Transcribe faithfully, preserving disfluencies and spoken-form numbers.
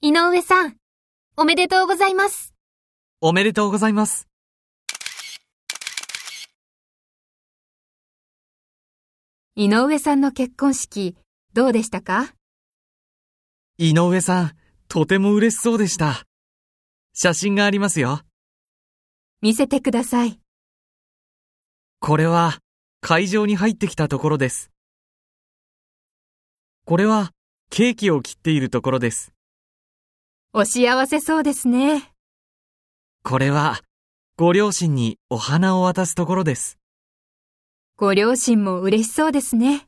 井上さん、おめでとうございます。 おめでとうございます。 井上さんの結婚式、どうでしたか？ 井上さん、とても嬉しそうでした。写真がありますよ。 見せてください。 これは、会場に入ってきたところです。これは、ケーキを切っているところです。 お幸せそうですね。 これは、ご両親にお花を渡すところです。 ご両親も嬉しそうですね。